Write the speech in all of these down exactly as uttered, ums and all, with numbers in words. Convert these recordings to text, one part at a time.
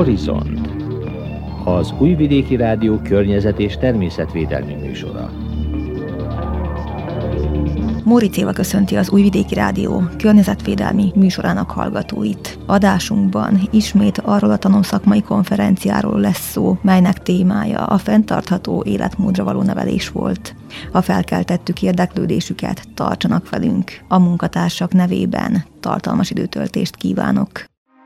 Horizont, az Újvidéki Rádió környezet- és természetvédelmi műsora. Móricz Éva köszönti az Újvidéki Rádió környezetvédelmi műsorának hallgatóit. Adásunkban ismét arról a tanulszakmai konferenciáról lesz szó, melynek témája a fenntartható életmódra való nevelés volt. Ha felkeltettük érdeklődésüket, tartsanak velünk. A munkatársak nevében tartalmas időtöltést kívánok.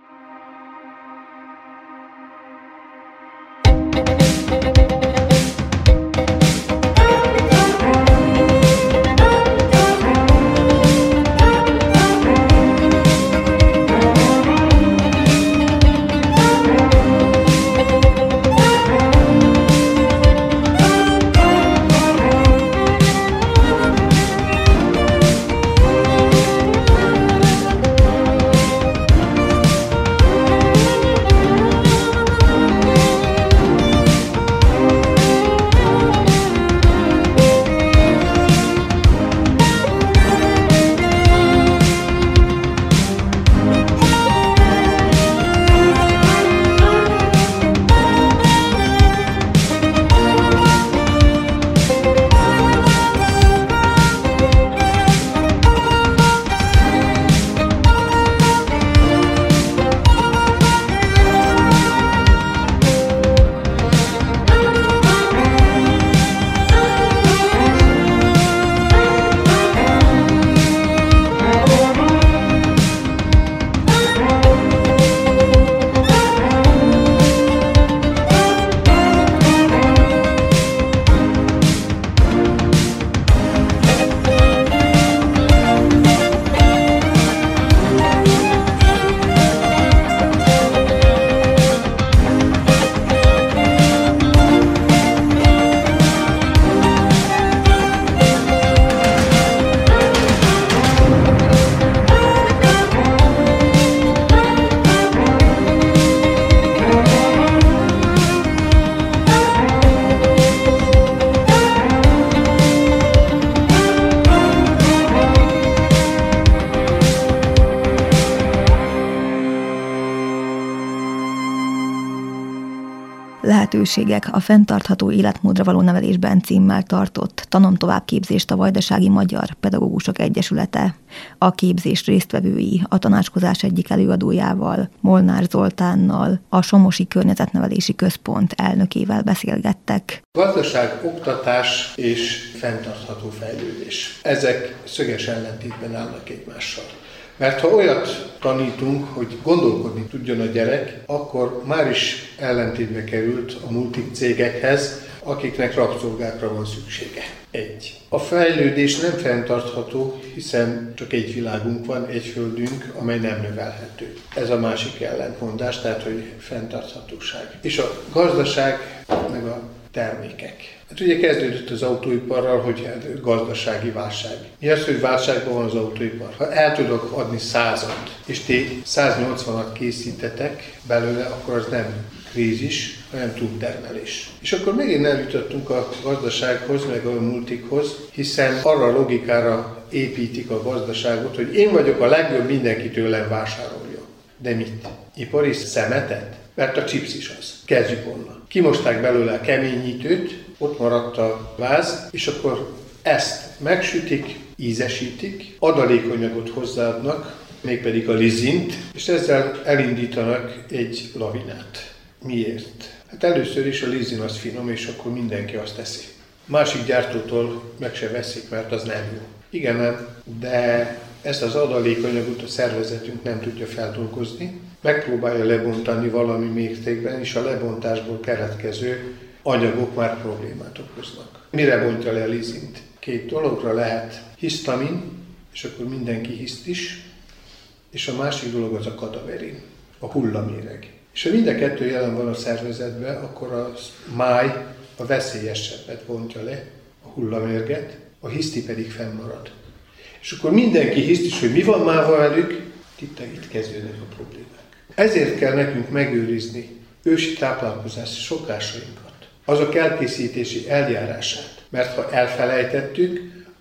Lehetőségek a fenntartható életmódra való nevelésben címmel tartott tanom-továbbképzést a Vajdasági Magyar Pedagógusok Egyesülete. A képzés résztvevői a tanácskozás egyik előadójával, Molnár Zoltánnal, a Somosi Környezetnevelési Központ elnökével beszélgettek. Gazdaság, oktatás és fenntartható fejlődés. Ezek szöges ellentétben állnak egymással. Mert ha olyat tanítunk, hogy gondolkodni tudjon a gyerek, akkor már is ellentétbe került a multik cégekhez, akiknek rabszolgákra van szüksége. Egy. A fejlődés nem fenntartható, hiszen csak egy világunk van, egy földünk, amely nem növelhető. Ez a másik ellentmondás, tehát hogy fenntarthatóság. És a gazdaság meg a termékek. Hát ugye kezdődött az autóiparral, hogy hát gazdasági válság. Mi az, hogy válságban van az autóipar? Ha el tudok adni százat, és ti száznyolcvanat készítetek belőle, akkor az nem krízis, hanem túltermelés. És akkor megint eljutottunk a gazdasághoz, meg a multikhoz, hiszen arra a logikára építik a gazdaságot, hogy én vagyok a legjobb, mindenki tőlem vásárolja. De mit? Ipari szemetet? Mert a chips is az. Kezdjük onnan. Kimosták belőle a keményítőt, ott maradt a váz, és akkor ezt megsütik, ízesítik, adalékanyagot hozzáadnak, mégpedig a lizint, és ezzel elindítanak egy lavinát. Miért? Hát először is a lizin az finom, és akkor mindenki azt teszi. Másik gyártótól meg se veszik, mert az nem jó. Igen, nem, de ezt az adalékanyagot a szervezetünk nem tudja feldolgozni, megpróbálja lebontani valami mértékben, és a lebontásból keletkező anyagok már problémát okoznak. Mire bontja le a lizint? Két dologra lehet: hisztamin, és akkor mindenki hiszt is, és a másik dolog az a kadaverin, a hullaméreg. És ha mind a kettő jelen van a szervezetben, akkor a máj a veszélyesebbet bontja le, a hullamérget, a hiszti pedig fennmarad. És akkor mindenki hiszt is, hogy mi van már velük, itt, itt kezdődnek a problémák. Ezért kell nekünk megőrizni ősi táplálkozási szokásainkat, azok elkészítési eljárását. Mert ha elfelejtettük,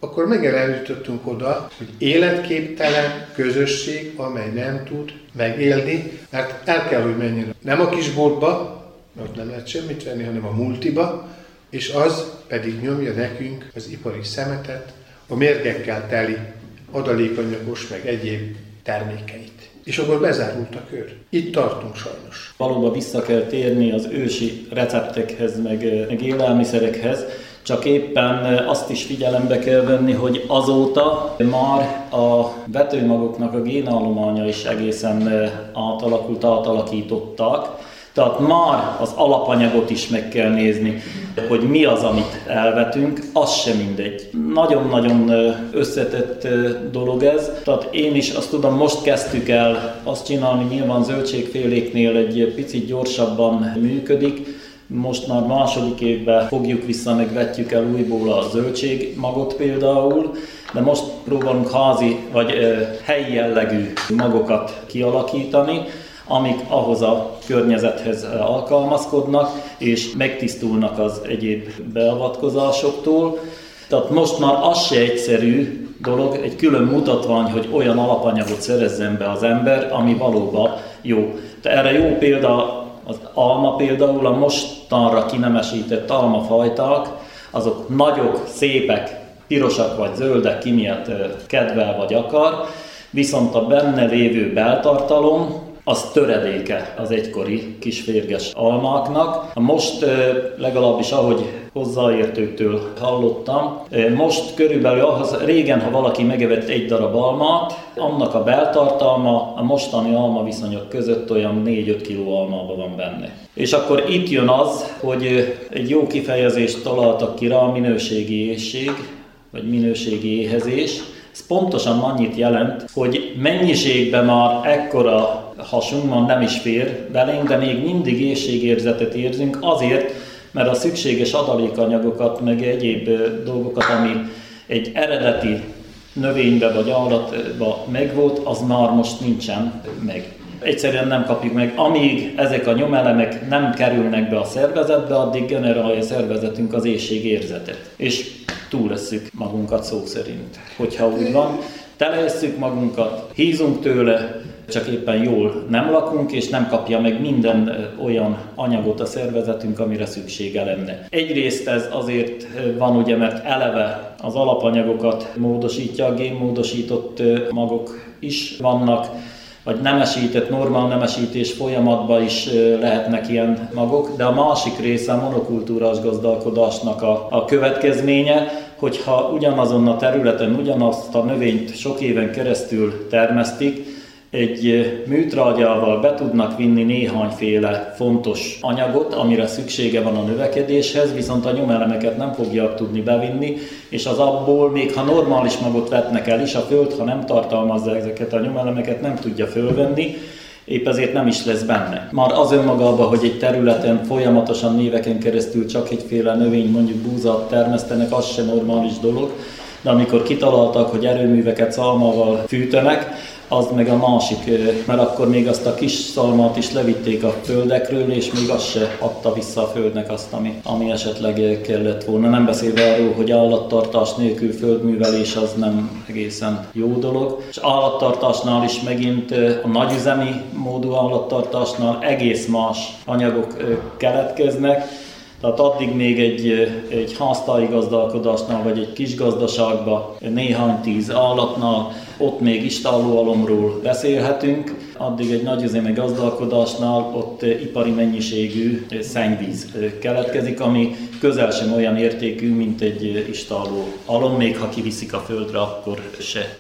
akkor megint eljutottunk oda, hogy életképtelen közösség, amely nem tud megélni, mert el kell, hogy menjen nem a kisboltba, ott nem lehet semmit venni, hanem a multiba, és az pedig nyomja nekünk az ipari szemetet, a mérgekkel teli adalékanyagos, meg egyéb termékeit. És akkor bezárult a kör. Itt tartunk sajnos. Valóban vissza kell térni az ősi receptekhez, meg, meg élelmiszerekhez, csak éppen azt is figyelembe kell venni, hogy azóta már a vetőmagoknak a génállománya is egészen átalakult, átalakították. Tehát már az alapanyagot is meg kell nézni, hogy mi az, amit elvetünk, az sem mindegy. Nagyon-nagyon összetett dolog ez. Tehát én is azt tudom, most kezdtük el azt csinálni, nyilván zöldségféléknél egy picit gyorsabban működik. Most már második évben fogjuk vissza, meg vetjük el újból a zöldségmagot például, de most próbálunk házi vagy helyi jellegű magokat kialakítani, amik ahhoz a környezethez alkalmazkodnak, és megtisztulnak az egyéb beavatkozásoktól. Tehát most már az se egyszerű dolog, egy külön mutatvány, hogy olyan alapanyagot szerezzen be az ember, ami valóban jó. De erre jó példa az alma például, a mostanra kinemesített almafajták, azok nagyok, szépek, pirosak vagy zöldek, ki miatt kedvel vagy akar, viszont a benne lévő beltartalom, az töredéke az egykori kisférges almáknak. Most legalábbis ahogy hozzáértőktől hallottam, most körülbelül ahhoz, régen, ha valaki megevett egy darab almát, annak a beltartalma a mostani almaviszonyok között olyan négy-öt kiló almában van benne. És akkor itt jön az, hogy egy jó kifejezést találtak ki rá, a minőségi éhség, vagy minőségi éhezés. Ez pontosan annyit jelent, hogy mennyiségben már ekkora hasunk van, nem is fér belénk, de még mindig éhségérzetet érzünk azért, mert a szükséges adalékanyagokat, meg egyéb dolgokat, ami egy eredeti növénybe vagy állatba megvolt, az már most nincsen meg. Egyszerűen nem kapjuk meg. Amíg ezek a nyomelemek nem kerülnek be a szervezetbe, addig generálja a szervezetünk az éhségérzetet. És túlesszük magunkat szó szerint, hogyha úgy van. Teleesszük magunkat, hízunk tőle, csak éppen jól nem lakunk, és nem kapja meg minden olyan anyagot a szervezetünk, amire szüksége lenne. Egyrészt ez azért van, ugye, mert eleve az alapanyagokat módosítja, a génmódosított magok is vannak, vagy nemesített, normál nemesítés folyamatban is lehetnek ilyen magok, de a másik része a monokultúrás gazdálkodásnak a, a következménye, hogyha ugyanazon a területen ugyanazt a növényt sok éven keresztül termesztik, egy műtrágyával be tudnak vinni néhányféle fontos anyagot, amire szüksége van a növekedéshez, viszont a nyomelemeket nem fogják tudni bevinni, és az abból, még ha normális magot vetnek el is, a föld, ha nem tartalmazza ezeket a nyomelemeket, nem tudja fölvenni, épp ezért nem is lesz benne. Már az önmagában, hogy egy területen folyamatosan éveken keresztül csak egyféle növény, mondjuk búzát termesztenek, az sem normális dolog, de amikor kitaláltak, hogy erőműveket szalmával fűtenek, az meg a másik, mert akkor még azt a kis szalmát is levitték a földekről, és még az se adta vissza a földnek azt, ami, ami esetleg kellett volna. Nem beszélve arról, hogy állattartás nélkül földművelés az nem egészen jó dolog. És állattartásnál is megint a nagyüzemi módú állattartásnál egész más anyagok keletkeznek. Tehát addig még egy, egy háztáji gazdálkodásnál, vagy egy kis gazdaságban, néhány tíz állatnál, ott még istállóalomról beszélhetünk, addig egy nagyüzemi gazdálkodásnál ott ipari mennyiségű szennyvíz keletkezik, ami közel sem olyan értékű, mint egy istállóalom, még ha kiviszik a földre, akkor se.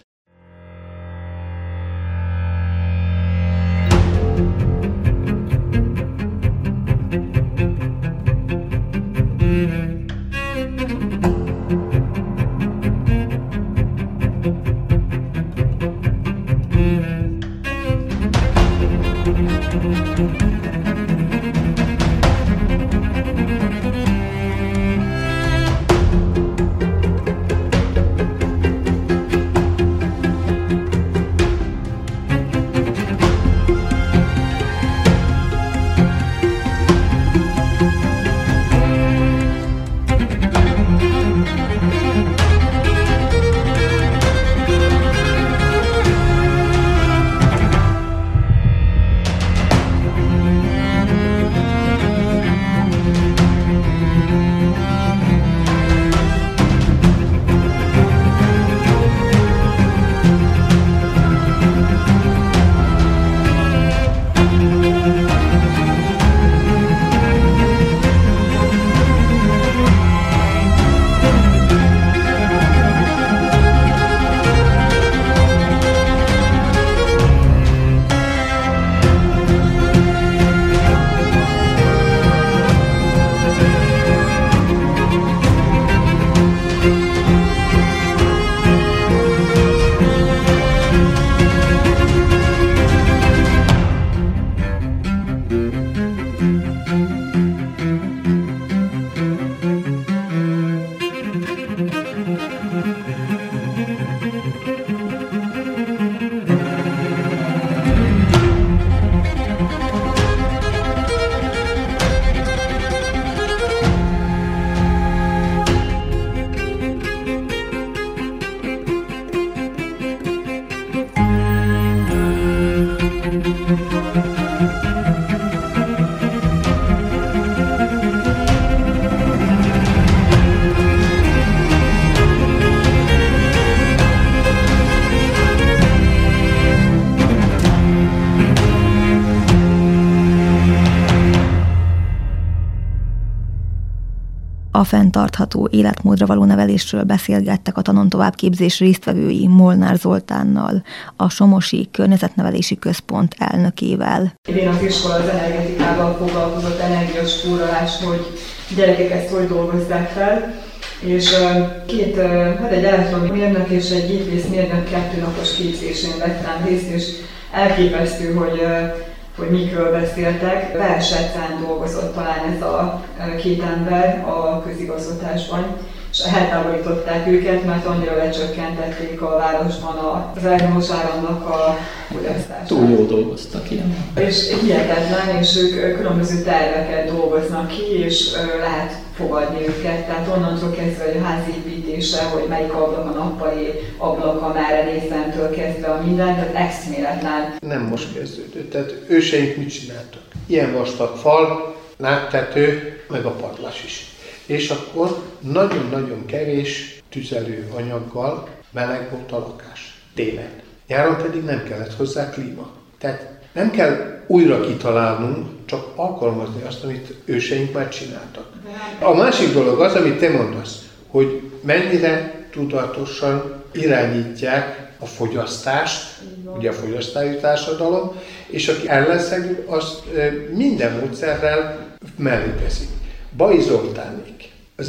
A fenntartható életmódra való nevelésről beszélgettek a Tanon továbbképzés résztvevői Molnár Zoltánnal, a Somosi Környezetnevelési Központ elnökével. Idén az iskola az energetikával foglalkozott, energiaspórolás, hogy gyerekek ezt hogy dolgozzák fel. És két, hát egy elektromérnök és egy gépészmérnök kettő napos képzésén vettem részt, és elképesztő, hogy, hogy mikről beszéltek. Versenyben dolgozott talán ez a két ember a közigazgatásban, és eltávolították őket, mert annyira lecsökkentették a városban az elektromos áramnak a fogyasztását. Túl jól dolgoztak ilyen. És hihetetlen, és ők különböző terveket dolgoznak ki, és lehet fogadni őket. Tehát onnantól kezdve, hogy a ház építése, hogy melyik ablak a nappali ablak, amerre nézemtől kezdve a minden, tehát eszméletlen. Nem most kezdődött, tehát őseink mit csináltak? Ilyen vastag fal, náttető, meg a padlás is. És akkor nagyon-nagyon kevés tüzelőanyaggal meleg volt a lakás. Télen. Nyáron pedig nem kellett hozzá klíma. Tehát nem kell újra kitalálnunk, csak alkalmazni azt, amit őseink már csináltak. A másik dolog az, amit te mondasz, hogy mennyire tudatosan irányítják a fogyasztást, ugye a fogyasztályi társadalom, és aki ellenszegül, azt minden módszerrel mellé teszik. Bai Zoltánék az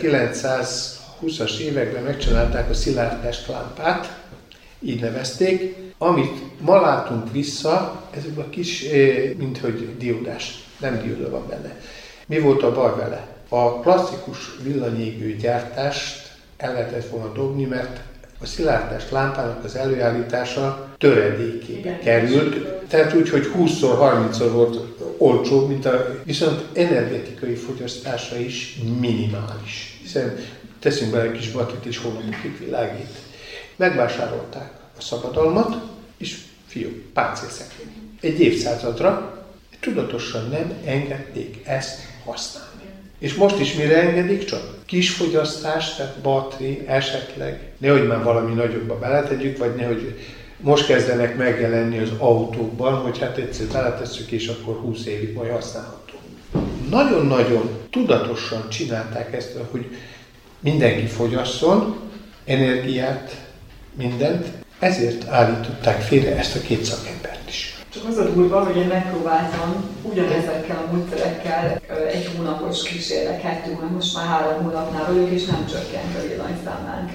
ezerkilencszázhúszas években megcsinálták a szilárdtestlámpát, így nevezték, amit ma látunk vissza, ezek a kis, minthogy diódás, nem dióda van benne. Mi volt a baj vele? A klasszikus villanyégő gyártást el lehetett volna dobni, mert a szilárdtest lámpának az előállítása töredékébe került, tehát úgy, hogy húszszor, harmincszor volt olcsóbb, mint a, viszont energetikai fogyasztása is minimális, hiszen teszünk bele egy kis batit és hónapokig világít. Megvásárolták a szabadalmat, és fiú, páncélszekrény. Egy évszázadra tudatosan nem engedték ezt használni. És most is mire engedik? Csak kis fogyasztás, tehát bateri, esetleg, nehogy már valami nagyobba beletegyük, vagy nehogy most kezdenek megjelenni az autókban, hogy hát egyszer beletesszük, és akkor húsz évig majd használható. Nagyon-nagyon tudatosan csinálták ezt, hogy mindenki fogyasszon energiát, mindent, ezért állították félre ezt a két szakembert is. Csak az a durva, hogy én megpróbáltam ugyanezekkel a módszerekkel egy hónapos kísérlet, kettő hónap, most már három hónapnál vagyok, és nem csökkent a villanyszámlánk.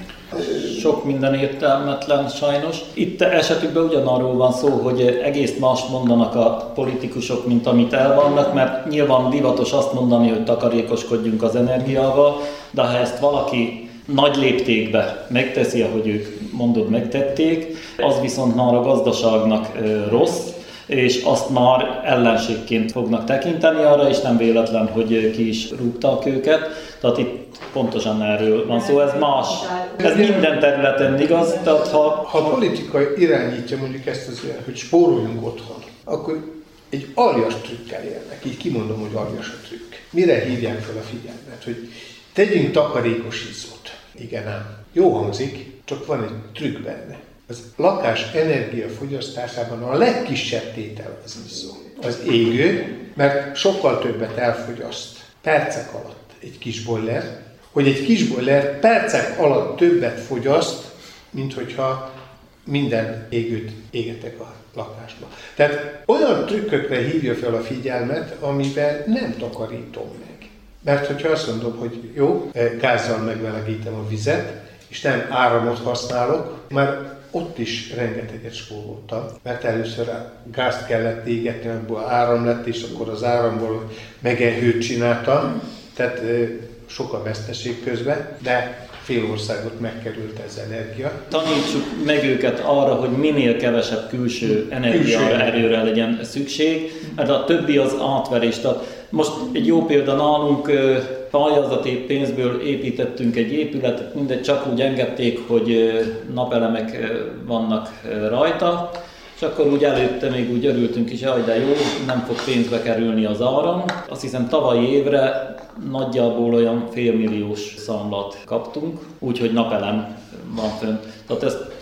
Sok minden értelmetlen sajnos. Itt esetükben ugyanarról van szó, hogy egész mást mondanak a politikusok, mint amit elvannak, mert nyilván divatos azt mondani, hogy takarékoskodjunk az energiával, de ha ezt valaki nagy léptékbe megteszi, ahogy ők mondod megtették, az viszont már a gazdaságnak rossz, és azt már ellenségként fognak tekinteni arra, és nem véletlen, hogy ki is rúgtak őket. Tehát itt pontosan erről van szó, ez más. Ez minden területen igaz. Tehát ha, ha a politika irányítja mondjuk ezt az olyan, hogy spóroljunk otthon, akkor egy aljas trükkel élnek, így kimondom, hogy aljas a trükk. Mire hívják fel a figyelmet, hogy tegyünk takarékos izzót. Igen ám. Jó hangzik, csak van egy trükk benne. Az lakás energiafogyasztásában a legkisebb tétel az izzó. Az égő, mert sokkal többet elfogyaszt percek alatt egy kis boiler, hogy egy kis boiler percek alatt többet fogyaszt, mint hogyha minden égőt égetek a lakásba. Tehát olyan trükkökre hívja fel a figyelmet, amiben nem takarítom meg. Mert hogyha azt mondom, hogy jó, gázzal megmelegítem a vizet, és nem áramot használok, már ott is rengeteget spóroltam, mert először a gázt kellett égetni, abból áram lett, és akkor az áramból megenhőt csináltam, tehát sok a veszteség közben, de fél országot megkerült ez energia. Tanítsuk meg őket arra, hogy minél kevesebb külső energiaerőre legyen szükség, mert a többi az átverés. Tehát most egy jó példa nálunk, pályázati pénzből építettünk egy épületet, mindegy, csak úgy engedték, hogy napelemek vannak rajta, és akkor úgy előtte még úgy örültünk is, hogy de jó, nem fog pénzbe kerülni az áram. Azt hiszem tavalyi évre nagyjából olyan félmilliós számlat kaptunk, úgyhogy napelem van fönn. Tehát ezt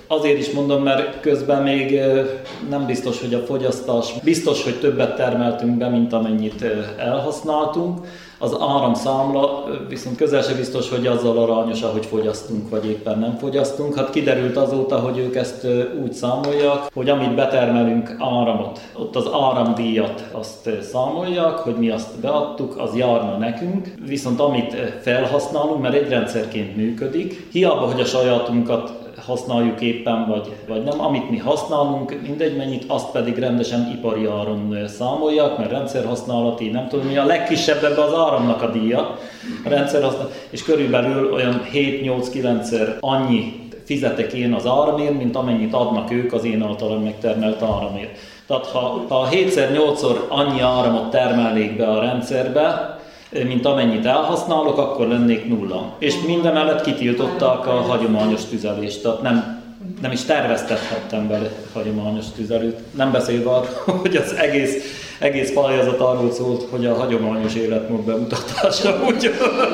Azért is mondom, mert közben még nem biztos, hogy a fogyasztás, biztos, hogy többet termeltünk be, mint amennyit elhasználtunk. Az áramszámla viszont közel se biztos, hogy azzal arányos, ahogy fogyasztunk, vagy éppen nem fogyasztunk. Hát kiderült azóta, hogy ők ezt úgy számolják, hogy amit betermelünk áramot, ott az áramdíjat azt számolják, hogy mi azt beadtuk, az járna nekünk. Viszont amit felhasználunk, mert egy rendszerként működik, hiába, hogy a sajátunkat használjuk éppen, vagy, vagy nem. Amit mi használunk, mindegy mennyit, azt pedig rendesen ipari áron számolják, mert rendszerhasználati, nem tudom mi, a legkisebb ebbe az áramnak a díja, a rendszerhasználat, és körülbelül olyan hét-nyolc-kilencszer annyi fizetek én az áramért, mint amennyit adnak ők az én általam megtermelt áramért. Tehát ha, ha hétszer-nyolcszor annyi áramot termelnék be a rendszerbe, mint amennyit elhasználok, akkor lennék nulla. És mindemellett kitiltották a hagyományos tüzelést, tehát nem, nem is terveztethettem bele hagyományos tüzelőt. Nem beszélve arról, hogy az egész, egész pályázat arról szólt, hogy a hagyományos életmód bemutatása. Úgyhogy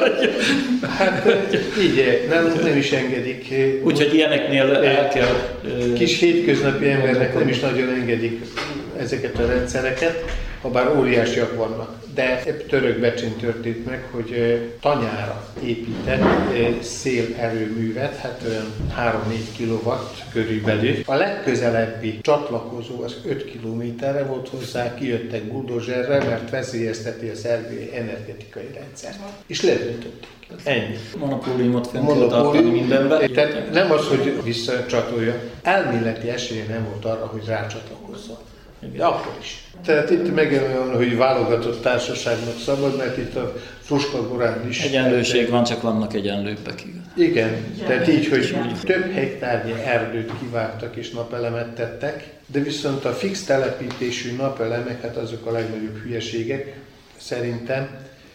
hát így nem, nem is engedik. Úgyhogy ilyeneknél el kell... Kis hétköznapi embernek nem is nagyon engedik ezeket a rendszereket, ha bár óriásiak vannak. De Törökbecsén történt meg, hogy tanyára épített szélerőművet, hát olyan három-négy kilowatt körülbelül. A legközelebbi csatlakozó az öt kilométerre volt hozzá, kijöttek buldozserrel, mert veszélyezteti a szerbiai energetikai rendszert. És ledöntötték. Ennyi. Monopóliumot fenn kell tartani mindenben. Tehát nem az, hogy visszacsatolja. Elméleti esélye nem volt arra, hogy rácsatlakozzon. De akkor is. Tehát itt megjelölően, hogy válogatott társaságnak szabad, mert itt a Fruskagorán is... Egyenlőség van, csak vannak egyenlőbbek. Igen, igen. Tehát így, hogy több hektárnyi erdőt kivágtak és napelemet tettek, de viszont a fix telepítésű napelemek, hát azok a legnagyobb hülyeségek szerintem,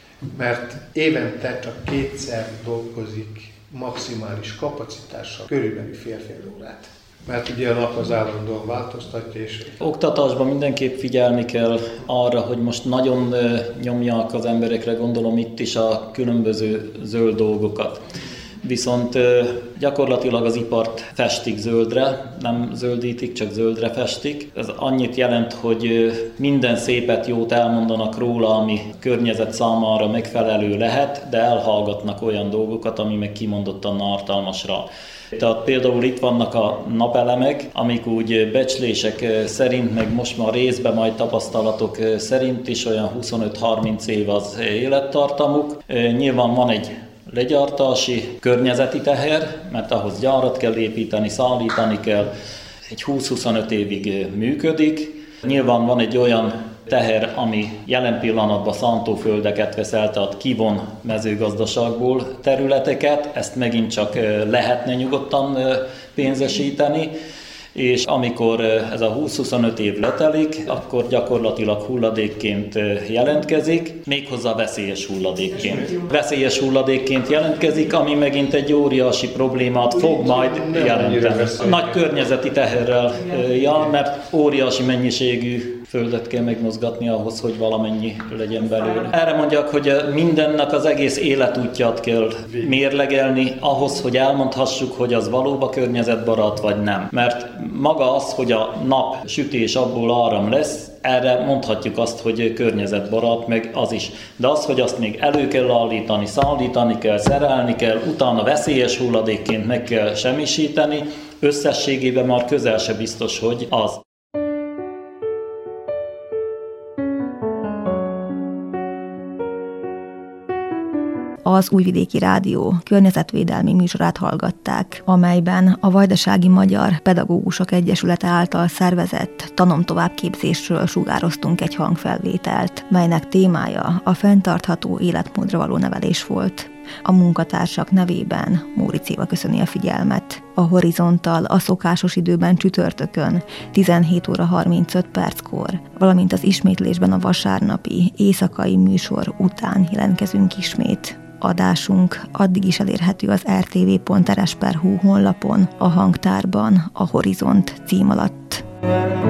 mert évente csak kétszer dolgozik maximális kapacitással, körülbelül fél-fél órát. Mert ugye a nap az állandóan változtatja, és... Oktatásban mindenképp figyelni kell arra, hogy most nagyon nyomják az emberekre, gondolom itt is a különböző zöld dolgokat. Viszont gyakorlatilag az ipart festik zöldre, nem zöldítik, csak zöldre festik. Ez annyit jelent, hogy minden szépet, jót elmondanak róla, ami környezet számára megfelelő lehet, de elhallgatnak olyan dolgokat, ami meg kimondottan ártalmasra. Tehát például itt vannak a napelemek, amik úgy becslések szerint, meg most már részben majd tapasztalatok szerint is olyan huszonöt-harminc év az élettartamuk. Nyilván van egy legyártási környezeti teher, mert ahhoz gyárat kell építeni, szállítani kell, egy húsz-huszonöt évig működik. Nyilván van egy olyan teher, ami jelen pillanatban szántóföldeket vesz el, tehát kivon mezőgazdaságból területeket, ezt megint csak lehetne nyugodtan pénzesíteni, és amikor ez a húsz-huszonöt év letelik, akkor gyakorlatilag hulladékként jelentkezik, méghozzá veszélyes hulladékként. Veszélyes hulladékként jelentkezik, ami megint egy óriási problémát fog majd jelenteni. Nagy környezeti teherrel jár, mert óriási mennyiségű földet kell megmozgatni ahhoz, hogy valamennyi legyen belőle. Erre mondják, hogy mindennek az egész életútját kell mérlegelni ahhoz, hogy elmondhassuk, hogy az valóban környezetbarát vagy nem. Mert maga az, hogy a nap sütés abból áram lesz, erre mondhatjuk azt, hogy környezetbarát, meg az is. De az, hogy azt még elő kell állítani, szállítani kell, szerelni kell, utána veszélyes hulladékként meg kell semmisíteni, összességében már közel se biztos, hogy az. Az Újvidéki Rádió környezetvédelmi műsorát hallgatták, amelyben a Vajdasági Magyar Pedagógusok Egyesülete által szervezett tanom-továbbképzésről sugároztunk egy hangfelvételt, melynek témája a fenntartható életmódra való nevelés volt. A munkatársak nevében Móricz Éva köszöni a figyelmet. A Horizonttal a szokásos időben csütörtökön tizenhét óra harmincöt perckor, valamint az ismétlésben a vasárnapi éjszakai műsor után jelentkezünk ismét. Adásunk addig is elérhető az er té vé pont er es pont hú honlapon, a hangtárban, a Horizont cím alatt.